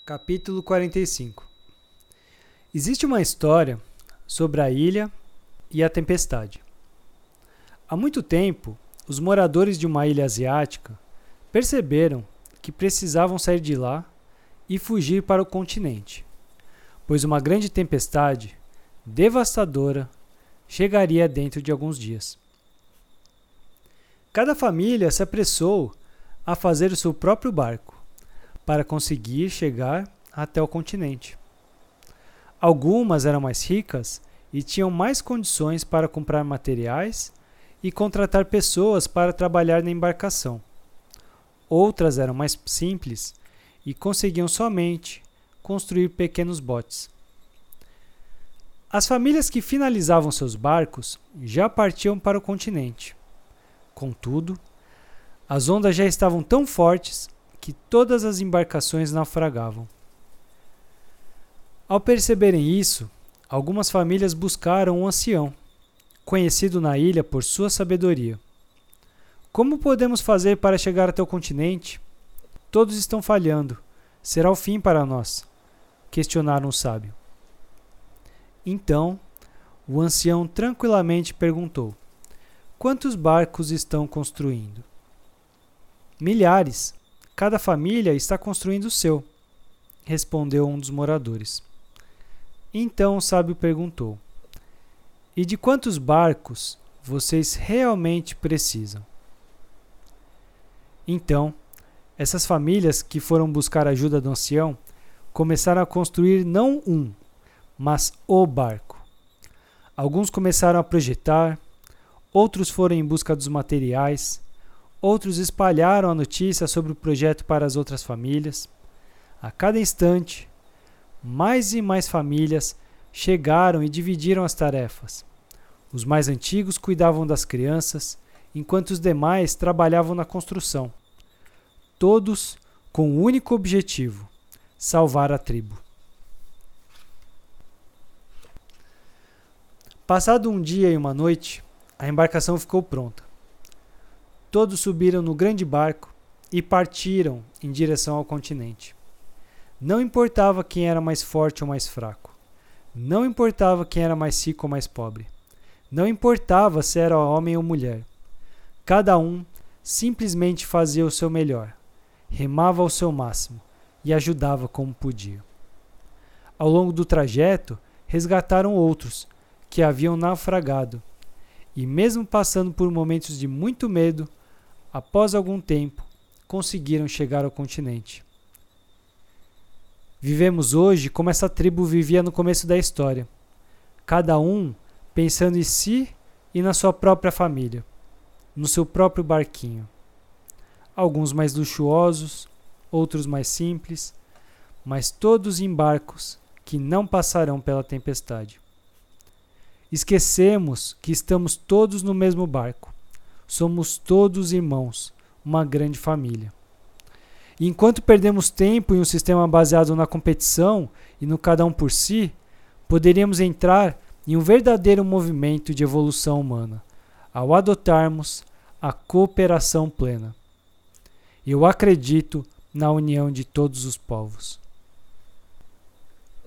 Capítulo 45. Existe uma história sobre a ilha e a tempestade. Há muito tempo, os moradores de uma ilha asiática perceberam que precisavam sair de lá e fugir para o continente, pois uma grande tempestade devastadora chegaria dentro de alguns dias. Cada família se apressou a fazer o seu próprio barco para conseguir chegar até o continente. Algumas eram mais ricas e tinham mais condições para comprar materiais e contratar pessoas para trabalhar na embarcação. Outras eram mais simples e conseguiam somente construir pequenos botes. As famílias que finalizavam seus barcos já partiam para o continente. Contudo, as ondas já estavam tão fortes que todas as embarcações naufragavam. Ao perceberem isso, algumas famílias buscaram um ancião, conhecido na ilha por sua sabedoria. Como podemos fazer para chegar até o continente? Todos estão falhando. Será o fim para nós? Questionaram o sábio. Então, o ancião tranquilamente perguntou: quantos barcos estão construindo? Milhares. Cada família está construindo o seu, respondeu um dos moradores. Então o sábio perguntou: e de quantos barcos vocês realmente precisam? Então, essas famílias que foram buscar a ajuda do ancião começaram a construir não um, mas o barco. Alguns começaram a projetar, outros foram em busca dos materiais, outros espalharam a notícia sobre o projeto para as outras famílias. A cada instante, mais e mais famílias chegaram e dividiram as tarefas. Os mais antigos cuidavam das crianças, enquanto os demais trabalhavam na construção. Todos com o único objetivo: salvar a tribo. Passado um dia e uma noite, a embarcação ficou pronta. Todos subiram no grande barco e partiram em direção ao continente. Não importava quem era mais forte ou mais fraco. Não importava quem era mais rico ou mais pobre. Não importava se era homem ou mulher. Cada um simplesmente fazia o seu melhor, remava ao seu máximo e ajudava como podia. Ao longo do trajeto, resgataram outros que haviam naufragado e, mesmo passando por momentos de muito medo, após algum tempo, conseguiram chegar ao continente. Vivemos hoje como essa tribo vivia no começo da história, cada um pensando em si e na sua própria família, no seu próprio barquinho. Alguns mais luxuosos, outros mais simples, mas todos em barcos que não passarão pela tempestade. Esquecemos que estamos todos no mesmo barco. Somos todos irmãos, uma grande família. E enquanto perdemos tempo em um sistema baseado na competição e no cada um por si, poderíamos entrar em um verdadeiro movimento de evolução humana, ao adotarmos a cooperação plena. Eu acredito na união de todos os povos.